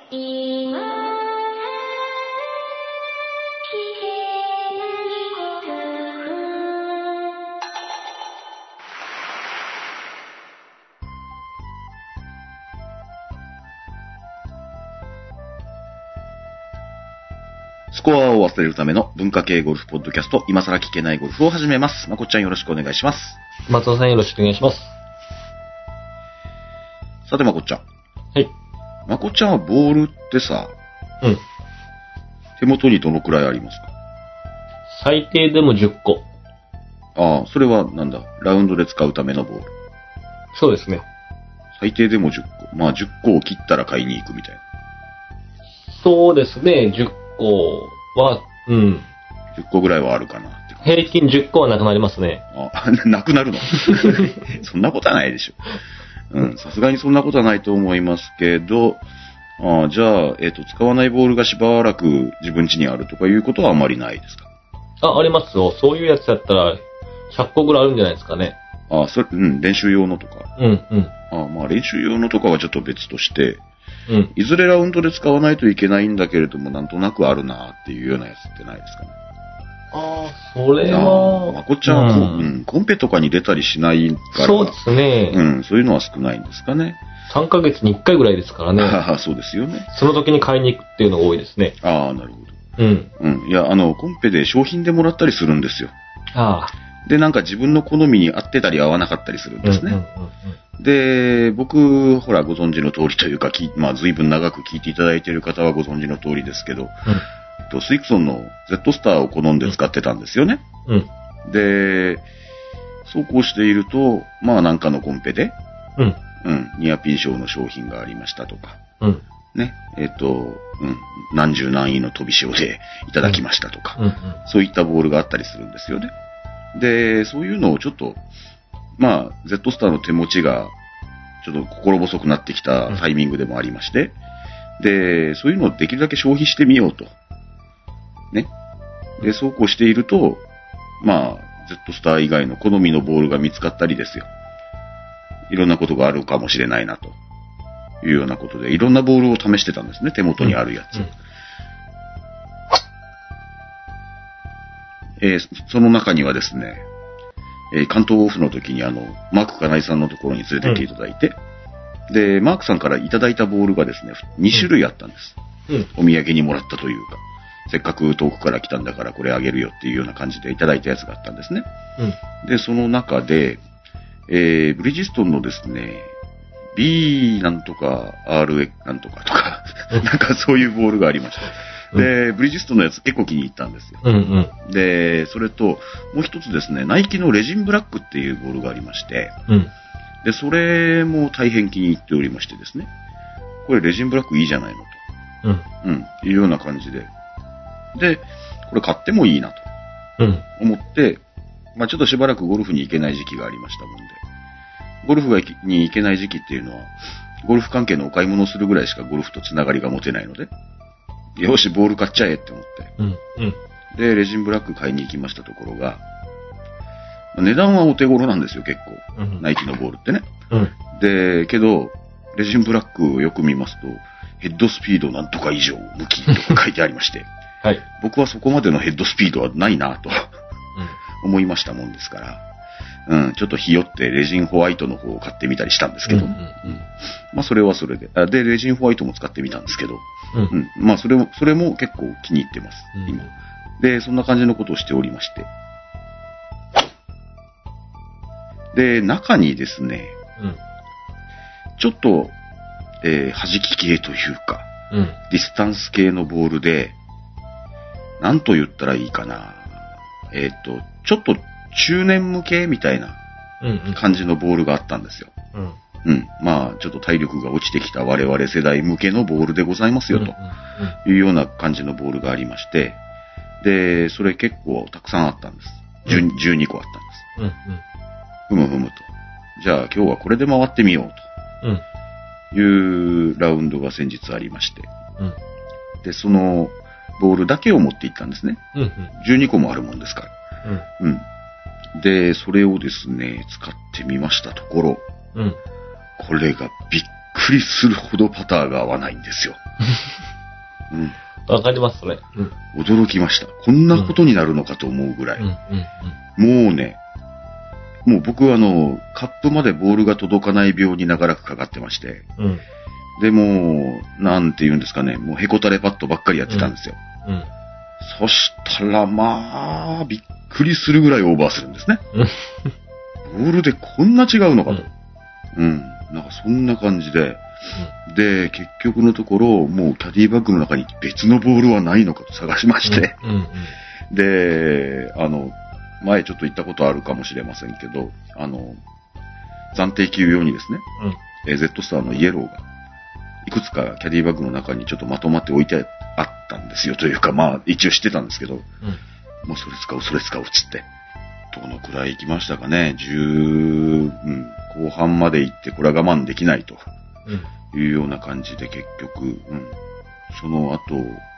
スコアを忘れるための文化系ゴルフポッドキャスト、今更聞けないゴルフを始めます。まこっちゃんよろしくお願いします。 松尾さんよろしくお願いします。 さてまこっちゃん。 はい。 まこっちゃんはボールってさ、 うん。 手元にどのくらいありますか？ 最低でも10個。 ああ、それはなんだ、ラウンドで使うためのボール。 そうですね。 最低でも10個。まあ10個を切ったら買いに行くみたいな。 そうですね、10個は、うん。 10個ぐらいはあるかなって感じ。 平均10個はなくなりますね。 あ、なくなるのそんなことはないでしょ。うん、さすがにそんなことはないと思いますけど、じゃあ、使わないボールがしばらく自分家にあるとかいうことはあまりないですか？ ありますよ。そういうやつだったら、100個ぐらいあるんじゃないですかね。 練習用のとか。 うんうん。 まあ練習用のとかはちょっと別として、 うん。 いずれラウンドで使わないといけないんだけれども、なんとなくあるなっていうようなやつってないですかね。 それは。 まこっちゃんはコンペとかに出たりしないから。 そうですね。 そういうのは少ないんですかね。 3ヶ月に1回ぐらいですからね。 そうですよね。 その時に買いに行くっていうのが多いですね。 なるほど。 うん。 いや、コンペで商品でもらったりするんですよ。で、なんか自分の好みに合ってたり合わなかったりするんですね。で、僕、ほら、ご存知の通りというか、随分長く聞いていただいている方はご存知の通りですけど、スイクソンの Z スターを好んで使ってたんですよね。で、そうこうしていると、まあなんかのコンペで、ニアピン賞の商品がありましたとか、ね、何十何位の飛び賞でいただきましたとか、そういったボールがあったりするんですよね。で、そういうのをちょっと、まあ、Z スターの手持ちが、ちょっと心細くなってきたタイミングでもありまして、で、そういうのをできるだけ消費してみようと。ね。で、そうこうしていると、まあ、Z スター以外の好みのボールが見つかったりですよ。いろんなことがあるかもしれないなというようなことで、いろんなボールを試してたんですね、手元にあるやつ。その中にはですね、関東オフの時にマーク金井さんのところに連れてっていただいて、で、マークさんからいただいたボールがですね、2種類あったんです。お土産にもらったというか、せっかく遠くから来たんだからこれあげるよっていうような感じでいただいたやつがあったんですね。で、その中で、ブリヂストンのですね、B なんとか RX なんとかとか、なんかそういうボールがありました。で、ブリヂストンのやつ結構気に入ったんですよ。で、それと、もう一つですね、ナイキのレジンブラックっていうボールがありまして、で、それも大変気に入っておりましてですね、これレジンブラックいいじゃないのと。いうような感じで。で、これ買ってもいいなと。思って、まあちょっとしばらくゴルフに行けない時期がありましたもんで、ゴルフに行けない時期っていうのは、ゴルフ関係のお買い物をするぐらいしかゴルフとつながりが持てないので、よし、ボール買っちゃえって思って。で、レジンブラック買いに行きましたところが、値段はお手頃なんですよ、結構。ナイキのボールってね。で、けど、レジンブラックをよく見ますと、ヘッドスピードなんとか以上向きとか書いてありまして、僕はそこまでのヘッドスピードはないなと思いましたもんですから、ちょっとひよってレジンホワイトの方を買ってみたりしたんですけど、まあそれはそれで、で、レジンホワイトも使ってみたんですけど、まあそれも結構気に入ってます、今。で、そんな感じのことをしておりまして。で、中にですね、ちょっと、弾き系というか、ディスタンス系のボールで、なんと言ったらいいかな。ちょっと中年向けみたいな感じのボールがあったんですよ。まあ、ちょっと体力が落ちてきた我々世代向けのボールでございますよ、というような感じのボールがありまして、で、それ結構たくさんあったんです。12個あったんです。ふむふむと。じゃあ今日はこれで回ってみようというラウンドが先日ありまして、で、そのボールだけを持っていったんですね。12個もあるもんですから。で、それをですね、使ってみましたところ、これがびっくくりするほどパターが合わないんですよ。うん。 わかります、それ。 うん。驚きました。こんなことになるのかと思うぐらい。もうね、もう僕はカップまでボールが届かない病に長らくかかってまして。で、もう、なんて言うんですかね、もうへこたれパッドばっかりやってたんですよ。そしたら、まあ、びっくりするぐらいオーバーするんですね。ボールでこんな違うのかと。なんかそんな感じで。で、結局のところ、もうキャディバッグの中に別のボールはないのかと探しまして。で、前ちょっと言ったことあるかもしれませんけど、暫定球用にですね、Z スターのイエローが、いくつかキャディバッグの中にちょっとまとまって置いてあったんですよ。というか、まあ、一応知ってたんですけど、もうそれ使う、つって。どのくらい行きましたかね。後半まで行って、これは我慢できないというような感じで結局、その後、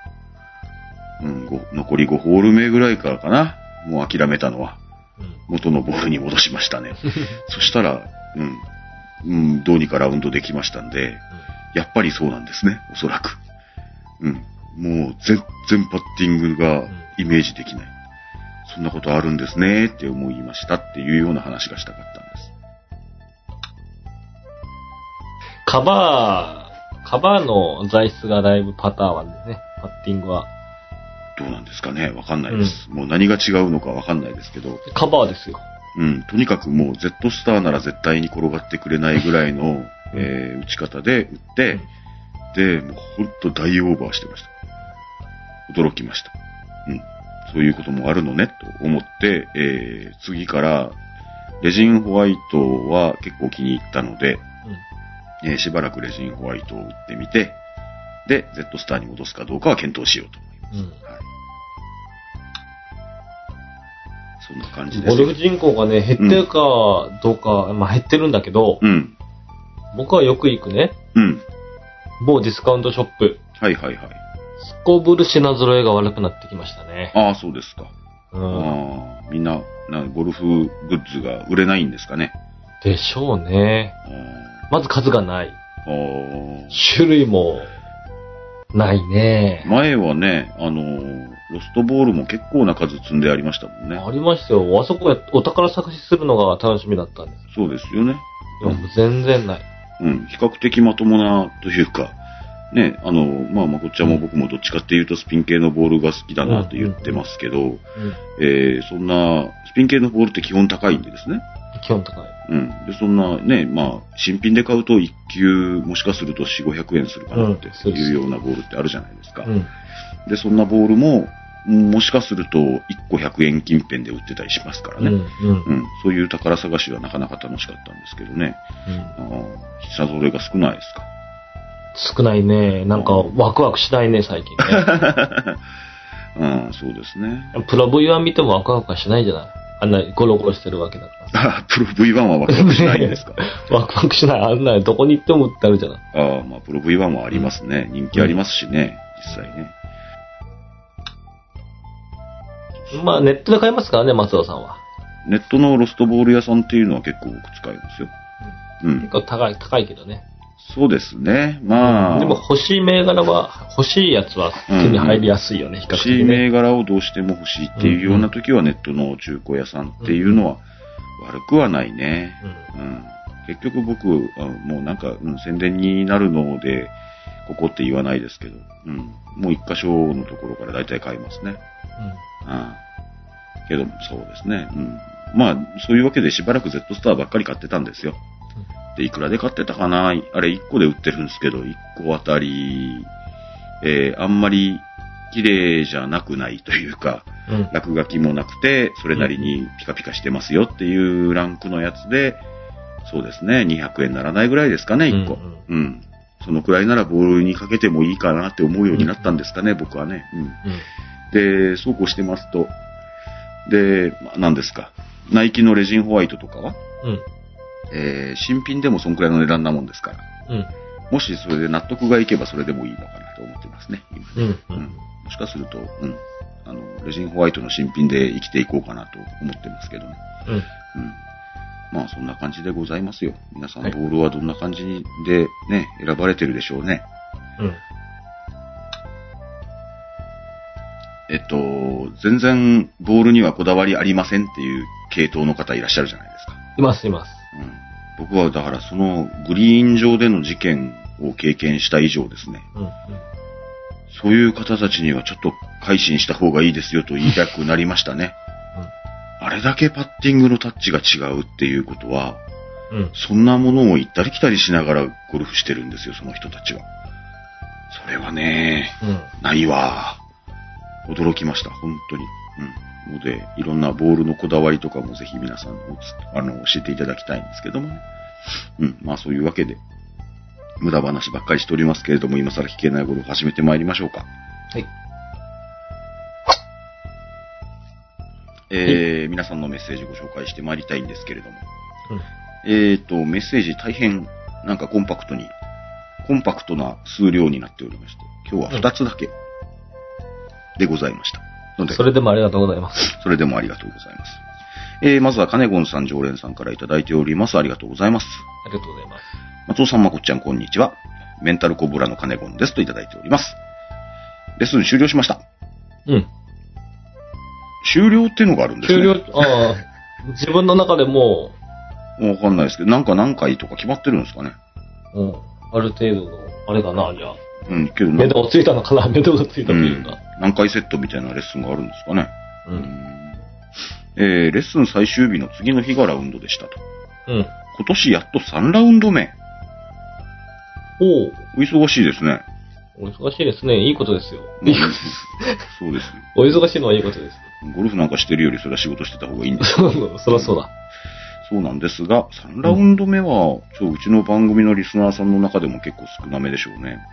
残り5ホール目ぐらいからかな。もう諦めたのは、元のボールに戻しましたね。そしたら、どうにかラウンドできましたんで、やっぱりそうなんですね、おそらく。もう全然パッティングがイメージできない。そんなことあるんですねって思いましたっていうような話がしたかったんです。 カバーの材質がだいぶパターンはですね、パッティングは。 どうなんですかね、わかんないです。もう何が違うのかわかんないですけど。 カバーですよ。 とにかくもう Z スターなら絶対に転がってくれないぐらいの、打ち方で打って、で、もうほんと大オーバーしてました。驚きました。そういうこともあるのね、と思って、次から、レジンホワイトは結構気に入ったので、しばらくレジンホワイトを打ってみて、で、Z スターに戻すかどうかは検討しようと思います。そんな感じです。 ゴルフ人口がね、減ってるかどうか、まあ減ってるんだけど、僕はよく行くね、某ディスカウントショップ。すこぶる品揃えが悪くなってきましたね。 ああ、そうですか。みんな、ゴルフグッズが売れないんですかね。 でしょうね。まず数がない。種類もないね。 前はね、ロストボールも結構な数積んでありましたもんね。 ありましたよ。あそこでお宝探しするのが楽しみだったんです。 そうですよね。 いや、もう全然ない。 比較的まともなというか、ね、まこっちゃんも僕もどっちかっていうとスピン系のボールが好きだなと言ってますけど、そんな、スピン系のボールって基本高いんでですね。 基本高い。 で、そんなね、新品で買うと1球もしかすると4、500円するかなっていうようなボールってあるじゃないですか。で、そんなボールも、もしかすると1個100円近辺で売ってたりしますからね。そういう宝探しはなかなか楽しかったんですけどね。品揃えが少ないですか？ 少ないね。なんかワクワクしないね、最近ね。そうですね。 プロ V1 見てもワクワクはしないじゃない。あんなゴロゴロしてるわけだから。 プロ V1 はワクワクしないんですか？ ワクワクしない。あんなどこに行っても売ってあるじゃない。 プロ V1 もありますね。人気ありますしね、実際ね。 ネットで買えますからね、松尾さんは。 ネットのロストボール屋さんっていうのは結構僕使いますよ。 結構高いけどね。 そうですね。でも欲しい銘柄は、欲しいやつは手に入りやすいよね、比較的ね。 欲しい銘柄をどうしても欲しいっていうような時はネットの中古屋さんっていうのは悪くはないね。結局僕、もうなんか、宣伝になるので、ここって言わないですけど、もう一箇所のところから大体買いますね。けど、そうですね。そういうわけでしばらく Z スターばっかり買ってたんですよ。で、いくらで買ってたかな？あれ1個で売ってるんですけど、1個あたり、あんまり綺麗じゃなくないというか、落書きもなくて、それなりにピカピカしてますよっていうランクのやつで、そうですね、200円ならないぐらいですかね、1個。そのくらいならボールにかけてもいいかなって思うようになったんですかね、僕はね。で、そうこうしてますと、で、何ですか、ナイキのレジンホワイトとかは、新品でもそんくらいの値段なもんですから、もしそれで納得がいけばそれでもいいのかなと思ってますね、今。もしかすると、レジンホワイトの新品で生きていこうかなと思ってますけどね。 まあそんな感じでございますよ。皆さんボールはどんな感じでね、選ばれてるでしょうね。うん。全然ボールにはこだわりありませんっていう系統の方いらっしゃるじゃないですか。 います、います。 うん。僕はだからそのグリーン上での事件を経験した以上ですね。うんうん、そういう方たちにはちょっと改心した方がいいですよと言いたくなりましたね。あれだけパッティングのタッチが違うっていうことは、そんなものを行ったり来たりしながらゴルフしてるんですよ、その人たちは。それはね、ないわ。驚きました、本当に。ので、いろんなボールのこだわりとかもぜひ皆さん教えていただきたいんですけどもね。まあそういうわけで、無駄話ばっかりしておりますけれども、今更聞けないゴルフ始めてまいりましょうか。はい。皆さんのメッセージご紹介してまいりたいんですけれども。メッセージ大変なんかコンパクトな数量になっておりまして、今日は2つだけでございました。のでそれでもありがとうございます。 それでもありがとうございます。まずはカネゴンさん常連さんからいただいております。ありがとうございます。 ありがとうございます。 松尾さん、まこっちゃん、こんにちは。メンタルコブラのカネゴンですといただいております。レッスン終了しました。うん。終了っていうのがあるんですね。 自分の中でもわかんないですけど、なんか何回とか決まってるんですかね。 ある程度の、あれかな、じゃあ。 けど目処がついたのかな、目処がついたというか。 何回セットみたいなレッスンがあるんですかね。レッスン最終日の次の日がラウンドでしたと。今年やっと3ラウンド目。お忙しいですね。 お忙しいですね。いいことですよ。 そうです。 お忙しいのはいいことです。 ゴルフなんかしてるよりそれは仕事してた方がいいんですよ。 そりゃそうだ。 そうなんですが、3ラウンド目は、うちの番組のリスナーさんの中でも結構少なめでしょうね。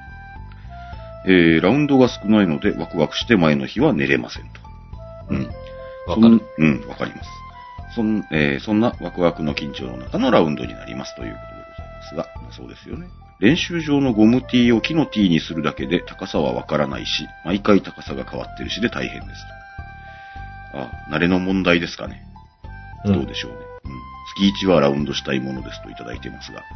ラウンドが少ないので、ワクワクして前の日は寝れませんと。わかります。そんなワクワクの緊張の中のラウンドになりますということでございますが、そうですよね。練習場のゴムティーを木のティーにするだけで高さはわからないし、毎回高さが変わってるしで大変ですと。慣れの問題ですかね。どうでしょうね。月1はラウンドしたいものですといただいてますが。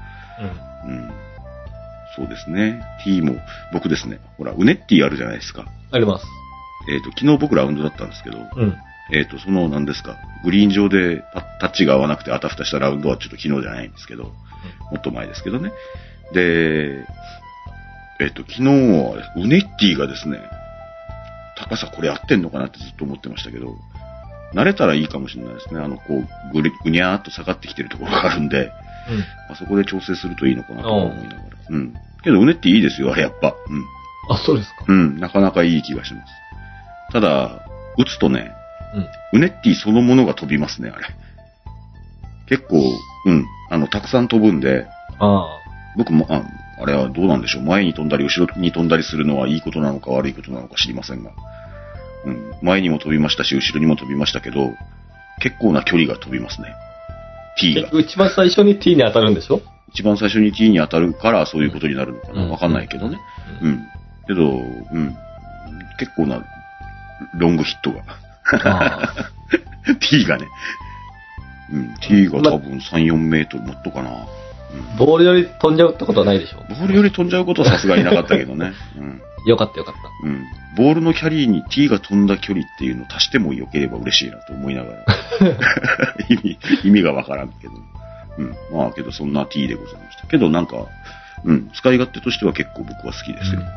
そうですね。ティーも、僕ですね。ほら、ウネッティあるじゃないですか。 あります。 昨日僕ラウンドだったんですけど、何ですか、グリーン上でタッチが合わなくてあたふたしたラウンドはちょっと昨日じゃないんですけど、もっと前ですけどね。で、昨日は、ウネッティがですね、高さこれ合ってんのかなってずっと思ってましたけど、慣れたらいいかもしれないですね。ぐにゃーっと下がってきてるところがあるんで、そこで調整するといいのかなと思いながら。けど、ウネッティいいですよ、あれやっぱ。 そうですか。 なかなかいい気がします。ただ、打つとね、ウネッティそのものが飛びますね、あれ。結構、たくさん飛ぶんで、僕も、あれはどうなんでしょう。前に飛んだり、後ろに飛んだりするのはいいことなのか悪いことなのか知りませんが。前にも飛びましたし、後ろにも飛びましたけど、結構な距離が飛びますね。T が。 一番最初に T に当たるんでしょ？ 一番最初に T に当たるからそういうことになるのかな。わかんないけどね。けど、結構なロングヒットが。T がね。T が多分3、4メートルもっとかな。 ボールより飛んじゃうってことはないでしょ？ ボールより飛んじゃうことはさすがになかったけどね。 よかったよかった。 ボールのキャリーに T が飛んだ距離っていうのを足しても良ければ嬉しいなと思いながら。意味がわからんけど。けどそんな T でございました。けどなんか、使い勝手としては結構僕は好きですよ。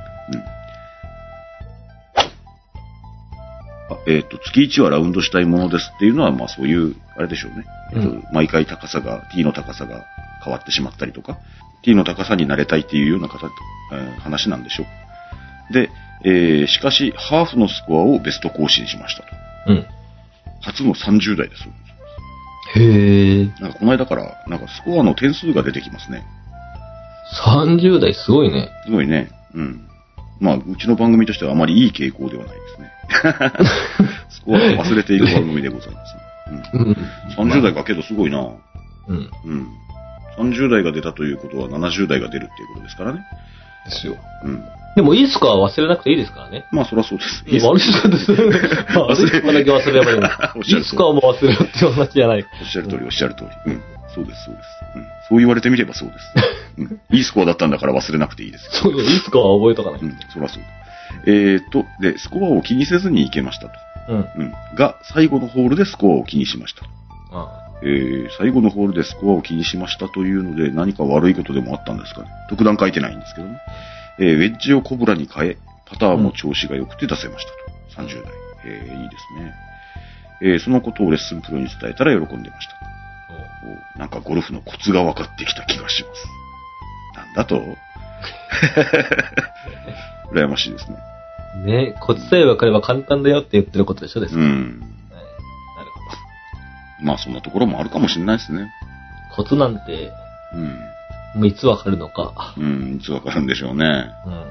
月1はラウンドしたいものですっていうのは、そういう、あれでしょうね。毎回T の高さが変わってしまったりとか、T の高さに慣れたいっていうような話なんでしょう。で、しかし、ハーフのスコアをベスト更新しましたと。初の30代です。なんかこの間から、なんかスコアの点数が出てきますね。 30代すごいね。 すごいね。うちの番組としてはあまりいい傾向ではないですね。スコアを忘れていく番組でございます。30代かけどすごいな。30代が出たということは70代が出るっていうことですからね。 ですよ。 でも、いいスコアは忘れなくていいですからね。 まあ、そりゃそうです。 いい悪いスコアです。悪いスコアだけ忘れればいいの。いいスコアも忘れろっていう話じゃない。 おっしゃる通り、おっしゃる通り。うん。そうです、そうです。うん。そう言われてみればそうです。うん。いいスコアだったんだから忘れなくていいですよ。 そう、いいスコアは覚えとかない。 うん、そりゃそうだ。で、スコアを気にせずに行けましたと。うん。うん。が、最後のホールでスコアを気にしました。最後のホールでスコアを気にしましたというので、何か悪いことでもあったんですかね。特段書いてないんですけどね。ウェッジをコブラに変え、パターンも調子が良くて出せましたと。30代。いいですね。そのことをレッスンプロに伝えたら喜んでました。なんかゴルフのコツが分かってきた気がします。なんだと羨ましいですね。 ね、コツさえ分かれば簡単だよって言ってることでしょですか。 うん。なるほど。まあそんなところもあるかもしれないですね。 コツなんて、もういつ分かるのか。 いつ分かるんでしょうね。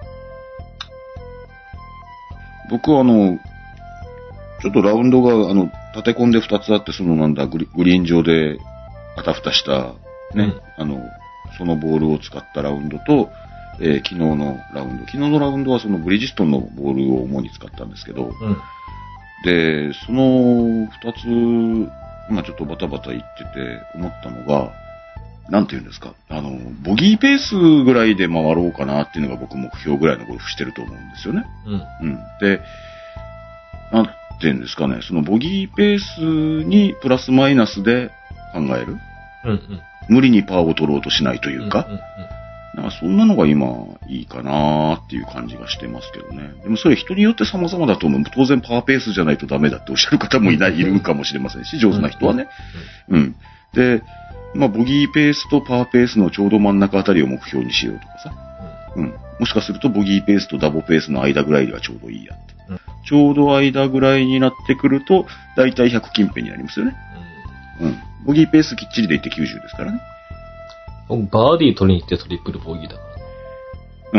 僕はちょっとラウンドが立て込んで2つあって、グリーン上であたふたした、ね、そのボールを使ったラウンドと、昨日のラウンドはそのブリヂストンのボールを主に使ったんですけど、で、その2つ、今ちょっとバタバタ言ってて思ったのが、なんて言うんですか、ボギーペースぐらいで回ろうかなっていうのが僕目標ぐらいのゴルフしてると思うんですよね。で、なんて言うんですかね、そのボギーペースにプラスマイナスで考える。無理にパーを取ろうとしないというか、なんかそんなのが今いいかなーっていう感じがしてますけどね。でもそれ人によって様々だと思う。当然パーペースじゃないとダメだっておっしゃる方もいるかもしれませんし、上手な人はね。で、まあボギーペースとパーペースのちょうど真ん中あたりを目標にしようとかさ。もしかするとボギーペースとダボペースの間ぐらいではちょうどいいやって。ちょうど間ぐらいになってくると、だいたい100近辺になりますよね。ボギーペースきっちりでいって90ですからね。 バーディー取りに行ってトリプルボギーだから。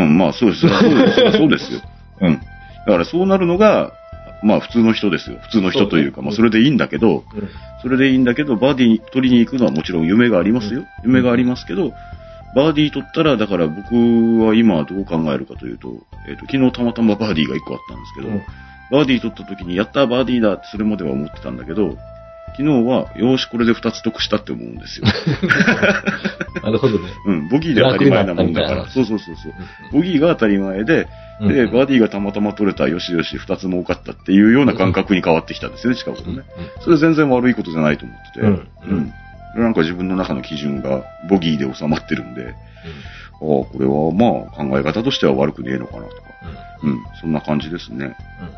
まあそうです。そうですよ。だからそうなるのが、まあ普通の人ですよ。普通の人というか、まあそれでいいんだけど、バーディー取りに行くのはもちろん夢がありますよ。夢がありますけど、バーディー取ったら、だから僕は今どう考えるかというと、昨日たまたまバーディーが1個あったんですけど、バーディー取った時に、やったーバーディーだってそれまでは思ってたんだけど、昨日は、よーし、これで2つ得したって思うんですよ。 なるほどね。 ボギーで当たり前なもんだから。そう。ボギーが当たり前で、バーディーがたまたま取れた、よしよし、2つ儲かったっていうような感覚に変わってきたんですよね、近頃ね。それ全然悪いことじゃないと思ってて。なんか自分の中の基準がボギーで収まってるんで、これはまあ考え方としては悪くねえのかなとか。そんな感じですね。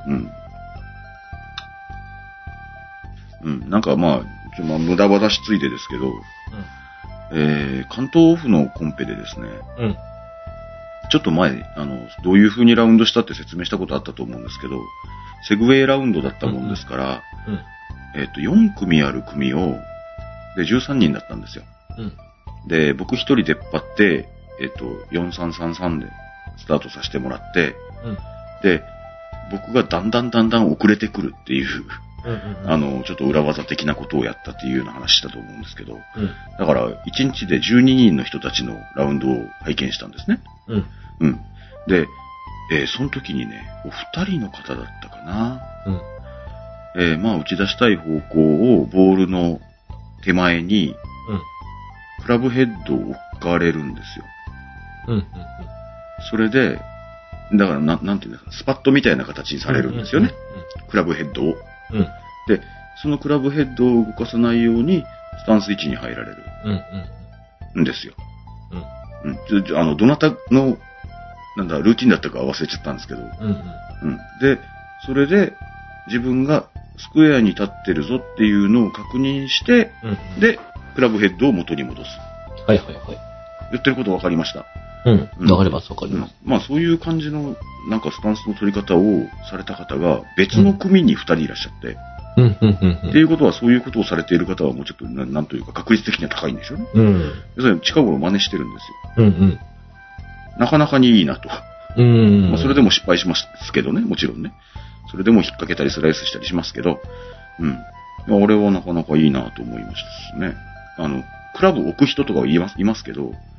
なんかまあ、無駄話ついでですけど、関東オフのコンペでですね、ちょっと前、どういう風にラウンドしたって説明したことあったと思うんですけど、セグウェイラウンドだったもんですから、4組ある組を、で、13人だったんですよ。で、僕一人出っ張って、4333でスタートさせてもらって、で、僕がだんだん遅れてくるっていう、ちょっと裏技的なことをやったっていうような話したと思うんですけど、だから、1日で12人の人たちのラウンドを拝見したんですね。で、その時にね、お二人の方だったかな。まあ、打ち出したい方向をボールの手前に、クラブヘッドを置かれるんですよ。それで、だからなんていうんですか、スパットみたいな形にされるんですよね。クラブヘッドを。で、そのクラブヘッドを動かさないように、スタンス位置に入られる。んですよ。どなたの、ルーティンだったか忘れちゃったんですけど。で、それで、自分がスクエアに立ってるぞっていうのを確認して、で、クラブヘッドを元に戻す。言ってること分かりました。 わかります。 まあそういう感じの、なんかスタンスの取り方をされた方が別の組に2人いらっしゃって、っていうことはそういうことをされている方はもうちょっとなんというか確率的には高いんでしょうね。要するに近頃真似してるんですよ。なかなかにいいなと。まあそれでも失敗しますけどね、もちろんね。それでも引っ掛けたりスライスしたりしますけど、まあ、俺はなかなかいいなと思いましたね。クラブ置く人とかはいますけど、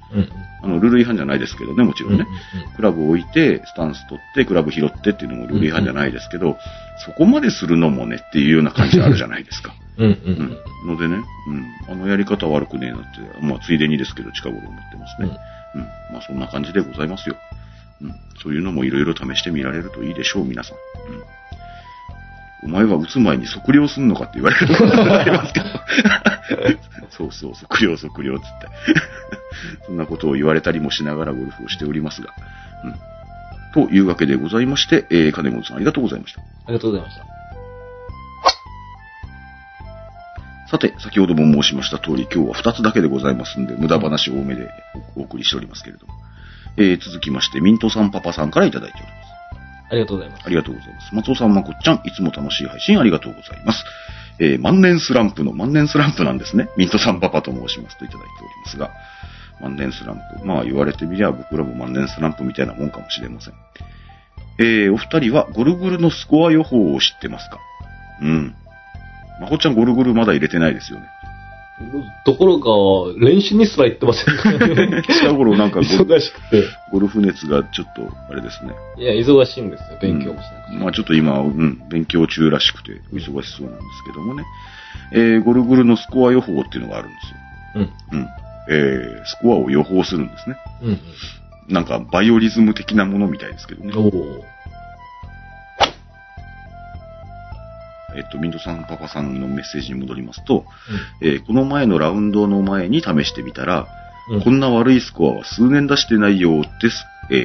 ルール違反じゃないですけどね、もちろんね。クラブを置いて、スタンス取って、クラブ拾ってっていうのもルール違反じゃないですけど、そこまでするのもねっていうような感じあるじゃないですか。のでね、やり方悪くねえなって、まあ、ついでにですけど、近頃思ってますね。まあ、そんな感じでございますよ。そういうのもいろいろ試してみられるといいでしょう、皆さん。お前は打つ前に測量すんのかって言われることがありますけど。そうそう、測量つって。そんなことを言われたりもしながらゴルフをしておりますが。というわけでございまして、金本さんありがとうございました。 ありがとうございました。 さて、先ほども申しました通り、今日は2つだけでございますんで、無駄話多めでお送りしておりますけれども。続きまして、ミントさんパパさんからいただいております。 ありがとうございます。 ありがとうございます。松尾さん、まこっちゃん、いつも楽しい配信ありがとうございます。万年スランプの万年スランプなんですね。ミントさんパパと申しますといただいておりますが、万年スランプ。まあ言われてみりゃ僕らも万年スランプみたいなもんかもしれません。お二人はゴルグルのスコア予報を知ってますか？まこっちゃんゴルグルまだ入れてないですよね。 ところが、練習にすら行ってませんからね。 近頃なんか忙しくて。 ゴルフ熱がちょっと、あれですね。 いや、忙しいんですよ。勉強もしなくて。 まあちょっと今、勉強中らしくて、お忙しそうなんですけどもね。ゴルグルのスコア予報っていうのがあるんですよ。スコアを予報するんですね。なんか、バイオリズム的なものみたいですけどね。ミントさん、パパさんのメッセージに戻りますと、この前のラウンドの前に試してみたら、こんな悪いスコアは数年出してないよって、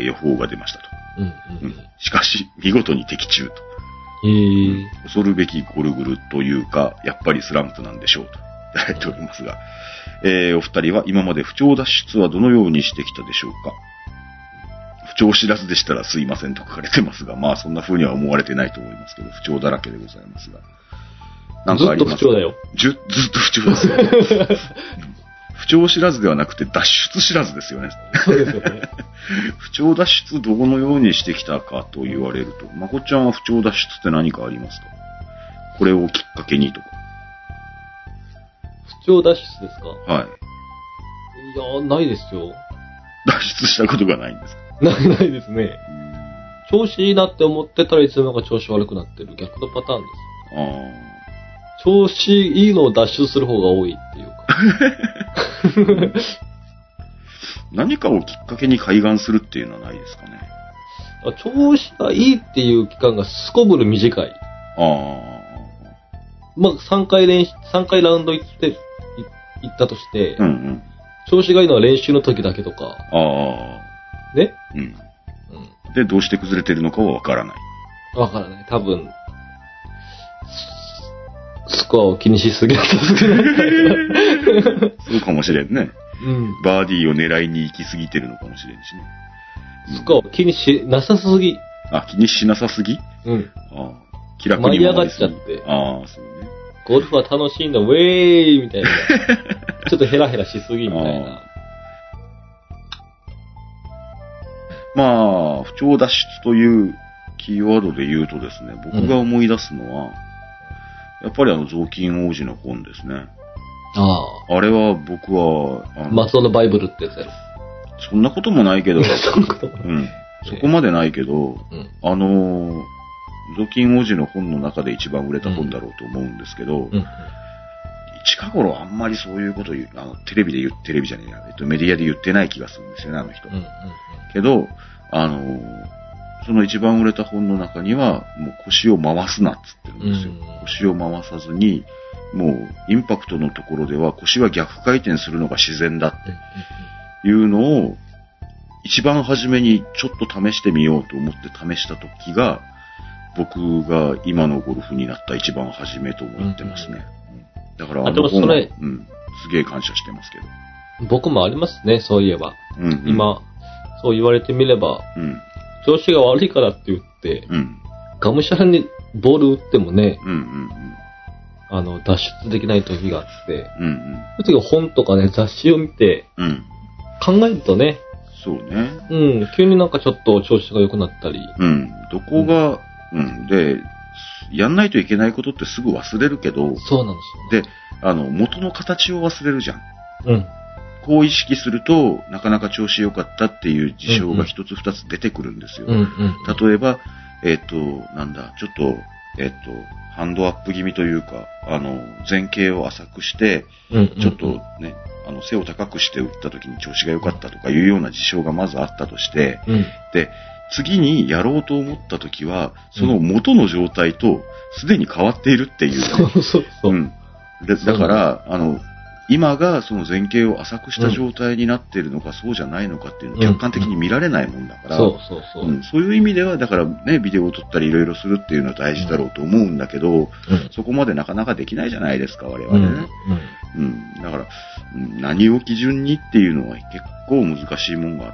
予報が出ましたと。しかし、見事に的中と。恐るべきゴルグルというか、やっぱりスランプなんでしょうと言われておりますが、お二人は今まで不調脱出はどのようにしてきたでしょうか？不調知らずでしたらすいませんと書かれてますが、まあそんな風には思われてないと思いますけど、不調だらけでございますが。なんかありますか？ ずっと不調だよ。 ずっと不調ですよね。不調知らずではなくて脱出知らずですよね。 そうですよね。 不調脱出どのようにしてきたかと言われると、まこちゃんは不調脱出って何かありますか？これをきっかけにとか。 不調脱出ですか？ はい。 いや、ないですよ。 脱出したことがないんですか？ ないですね。調子いいなって思ってたらいつの間にか調子悪くなってる逆のパターンです。調子いいのを脱出する方が多いっていうか。 何かをきっかけに開眼するっていうのはないですかね。 調子がいいっていう期間がすこぶる短い。まあ、3回ラウンド行ったとして、調子がいいのは練習の時だけとか。ね？ で、どうして崩れてるのかはわからない。 わからない。多分、スコアを気にしすぎだったそうかもしれんね。バーディーを狙いに行きすぎてるのかもしれんしね。 スコアを気にしなさすぎ。 気にしなさすぎ？気楽に舞い上がっちゃって。 そうね。 ゴルフは楽しいんだ、ウェーイみたいな。ちょっとヘラヘラしすぎみたいな。 まあ、不調脱出というキーワードで言うとですね、僕が思い出すのは、やっぱり雑巾王子の本ですね。あれは僕は、 松尾のバイブルってやつやろ。 そんなこともないけど、そこまでないけど、雑巾王子の本の中で一番売れた本だろうと思うんですけど、近頃あんまりそういうことをテレビじゃねえや、メディアで言ってない気がするんですよね、あの人。けど、その一番売れた本の中には、もう腰を回すなっつってるんですよ。腰を回さずに、もうインパクトのところでは腰は逆回転するのが自然だっていうのを、一番初めにちょっと試してみようと思って試した時が、僕が今のゴルフになった一番初めと思ってますね。だからでもそれ、 すげえ感謝してますけど。 僕もありますね、そういえば。今、そう言われてみれば、調子が悪いからって言って、がむしゃらにボール打ってもね、脱出できない時があって、そういう時本とかね、雑誌を見て、考えるとね、 そうね。 急になんかちょっと調子が良くなったり。 どこが、で、やんないといけないことってすぐ忘れるけど、 そうなんですよ、 ね。で、元の形を忘れるじゃん。 こう意識すると、なかなか調子良かったっていう事象が一つ二つ出てくるんですよ。例えば、ちょっと、ハンドアップ気味というか、前傾を浅くして、ちょっとね、背を高くして打った時に調子が良かったとかいうような事象がまずあったとして、で、次にやろうと思った時は、その元の状態とすでに変わっているっていう、ね。だから、今がその前傾を浅くした状態になっているのか、そうじゃないのかっていうのを客観的に見られないもんだから、そういう意味では、だからね、ビデオを撮ったりいろいろするっていうのは大事だろうと思うんだけど、そこまでなかなかできないじゃないですか、我々ね。だから、何を基準にっていうのは結構難しいもんがあって、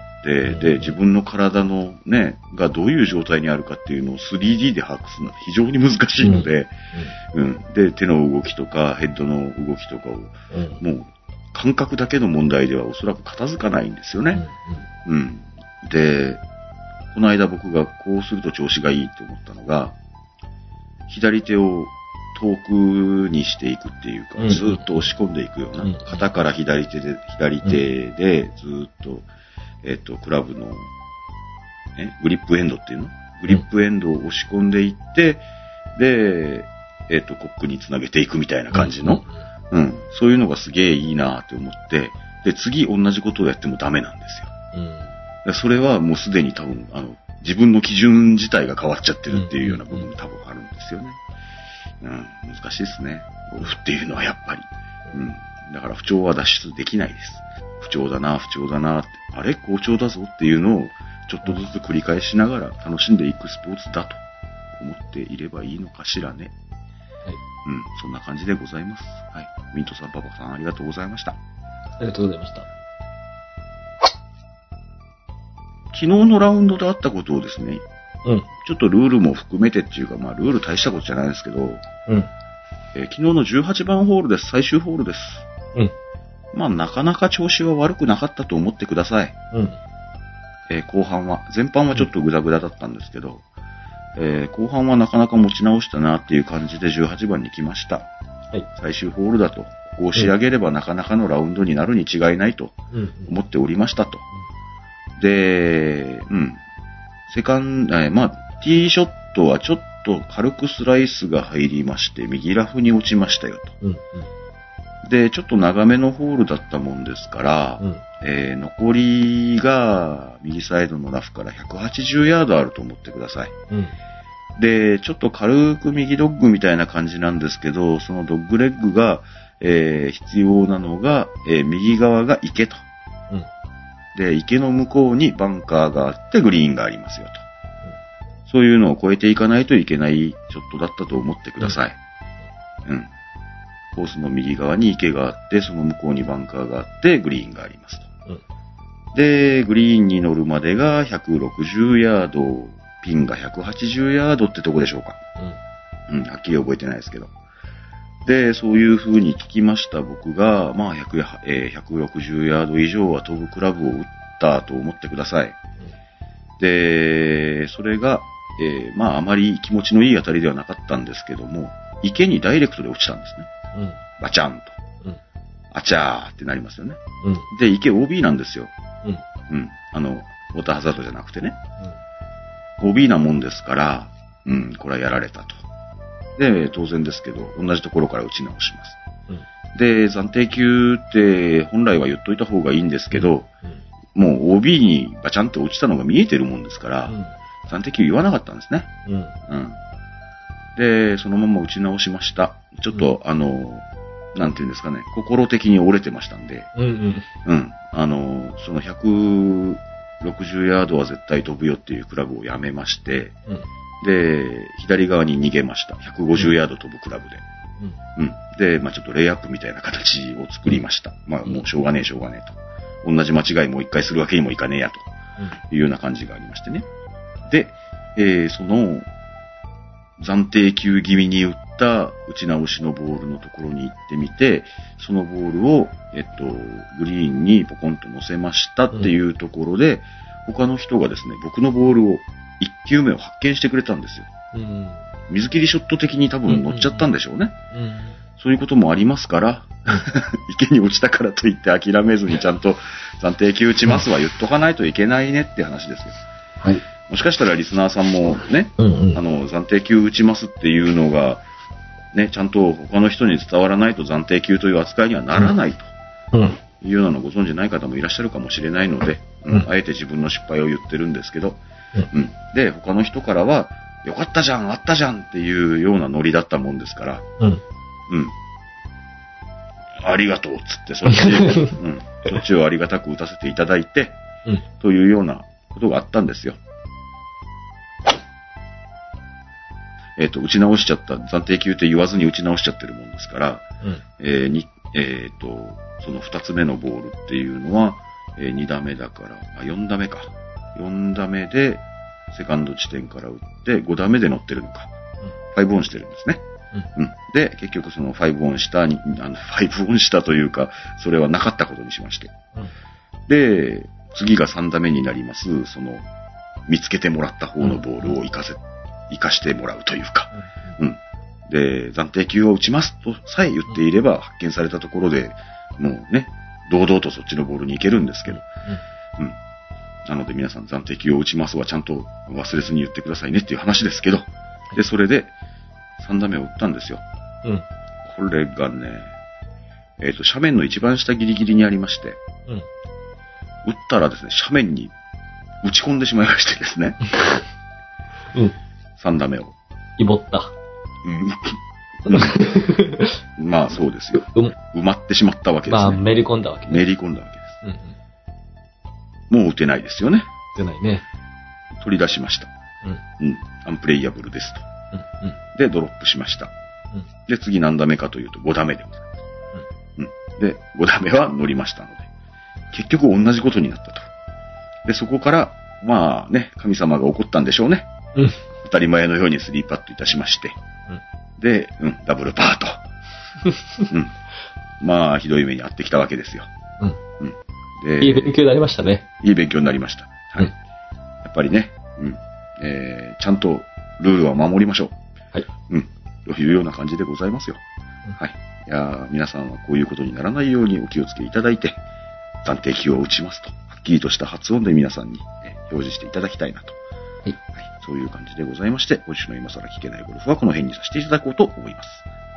で、自分の体のね、がどういう状態にあるかっていうのを 3D で把握するのは非常に難しいので、で、手の動きとかヘッドの動きとかを、もう感覚だけの問題ではおそらく片付かないんですよね。で、この間僕がこうすると調子がいいと思ったのが、左手を遠くにしていくっていうか、ずっと押し込んでいくような、肩から左手でずっと、クラブの、グリップエンドっていうのグリップエンドを押し込んでいって、で、コックにつなげていくみたいな感じの、そういうのがすげえいいなって思って、で、次同じことをやってもダメなんですよ。それはもうすでに多分、自分の基準自体が変わっちゃってるっていうような部分も多分あるんですよね。難しいですね。ゴルフっていうのはやっぱり。だから不調は脱出できないです。不調だなって、あれ好調だぞっていうのをちょっとずつ繰り返しながら楽しんでいくスポーツだと思っていればいいのかしらね。そんな感じでございます。はい。ミントさん、パパさん、ありがとうございました。 ありがとうございました。 昨日のラウンドであったことをですね、ちょっとルールも含めてっていうか、まあ、ルール大したことじゃないですけど、昨日の18番ホールです。最終ホールです。まあ、なかなか調子は悪くなかったと思ってください。後半は、前半はちょっとグダグダだったんですけど、後半はなかなか持ち直したなっていう感じで18番に来ました。最終ホールだと、ここを仕上げればなかなかのラウンドになるに違いないと思っておりましたと。で、ティーショットはちょっと軽くスライスが入りまして、右ラフに落ちましたよと。で、ちょっと長めのホールだったもんですから、残りが右サイドのラフから180ヤードあると思ってください。で、ちょっと軽く右ドッグみたいな感じなんですけど、そのドッグレッグが、必要なのが、右側が池と。で、池の向こうにバンカーがあってグリーンがありますよと。そういうのを越えていかないといけないショットだったと思ってください。コースの右側に池があって、その向こうにバンカーがあってグリーンがありますと。で、グリーンに乗るまでが160ヤード、ピンが180ヤードってとこでしょうか。はっきり覚えてないですけど。で、そういう風に聞きました僕が、まあ160ヤード以上は飛ぶクラブを打ったと思ってください。で、それが、まああまり気持ちのいい当たりではなかったんですけども、池にダイレクトで落ちたんですね。バチャンと。あちゃーってなりますよね。で、池 OB なんですよ。ウォーターハザードじゃなくてね。OB なもんですから、これはやられたと。で、当然ですけど、同じところから打ち直します。で、暫定球って本来は言っといた方がいいんですけど、もう OB にバチャンと落ちたのが見えてるもんですから、暫定球言わなかったんですね。で、そのまま打ち直しました。ちょっと、なんていうんですかね、心的に折れてましたんで、その160ヤードは絶対飛ぶよっていうクラブをやめまして、で、左側に逃げました。150ヤード飛ぶクラブで。で、まあちょっとレイアップみたいな形を作りました。まあもうしょうがねえと。同じ間違いもう一回するわけにもいかねえやというような感じがありましてね。で、その暫定球気味に打った打ち直しのボールのところに行ってみて、そのボールを、グリーンにポコンと乗せましたっていうところで、他の人がですね、僕のボールを1球目を発見してくれたんですよ。水切りショット的に多分乗っちゃったんでしょうね。 そういうこともありますから、池に落ちたからといって諦めずにちゃんと暫定球打ちますは言っとかないといけないねって話ですよ。 はい。 もしかしたらリスナーさんもね、暫定球打ちますっていうのが、ね、ちゃんと他の人に伝わらないと暫定球という扱いにはならないというようなのをご存じない方もいらっしゃるかもしれないので、あえて自分の失敗を言ってるんですけど、で、他の人からは、よかったじゃん、あったじゃんっていうようなノリだったもんですから、ありがとうっつって、そっちをありがたく打たせていただいて、というようなことがあったんですよ。打ち直しちゃった、暫定球って言わずに打ち直しちゃってるもんですから、その2つ目のボールっていうのは、2打目だから、4打目か。4打目で、セカンド地点から打って、5打目で乗ってるのか。5オンしてるんですね。で、結局その5オンしたに、5オンしたというか、それはなかったことにしまして。で、次が3打目になります、その、見つけてもらった方のボールを活かしてもらうというか。で、暫定球を打ちますとさえ言っていれば、発見されたところで、もうね、堂々とそっちのボールに行けるんですけど。なので皆さん暫定球を打ちますはちゃんと忘れずに言ってくださいねっていう話ですけど。で、それで3打目を打ったんですよ。これがね、斜面の一番下ギリギリにありまして、打ったらですね、斜面に打ち込んでしまいましてですね。3打目を。 いぼった。 まあそうですよ。埋まってしまったわけですね。 めり込んだわけです。 めり込んだわけです。もう打てないですよね。 打てないね。 取り出しました。アンプレイヤブルですと。で、ドロップしました。で、次何打目かというと5打目でございます。で、5打目は乗りましたので、結局同じことになったと。で、そこから、まあね、神様が怒ったんでしょうね。当たり前のように3パットいたしまして。で、ダブルパーと。まあ、ひどい目に遭ってきたわけですよ。 で、いい勉強になりましたね。 いい勉強になりました。はい。やっぱりね、ちゃんとルールは守りましょう。はい。というような感じでございますよ。はい。いや皆さんはこういうことにならないようにお気をつけいただいて、暫定球を打ちますと、はっきりとした発音で皆さんに、表示していただきたいなと。はい。そういう感じでございまして、今週の今更聞けないゴルフはこの辺にさせていただこうと思います。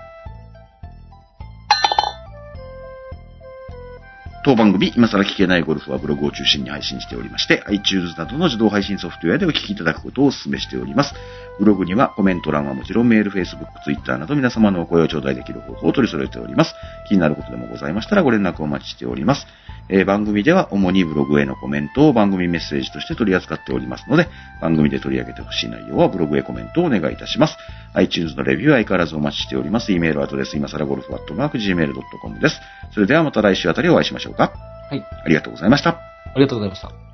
当番組、今更聞けないゴルフはブログを中心に配信しておりまして、iTunes などの自動配信ソフトウェアでお聞きいただくことをお勧めしております。ブログにはコメント欄はもちろんメール、Facebook、Twitter など皆様のお声を頂戴できる方法を取り揃えております。気になることでもございましたらご連絡をお待ちしております。番組では主にブログへのコメントを番組メッセージとして取り扱っておりますので、番組で取り上げてほしい内容はブログへコメントをお願いいたします。iTunes のレビューは相変わらずお待ちしております。e メールアドレス、今更ゴルフ@gmail.com です。それではまた来週あたりお会いしましょうか。はい。ありがとうございました。ありがとうございました。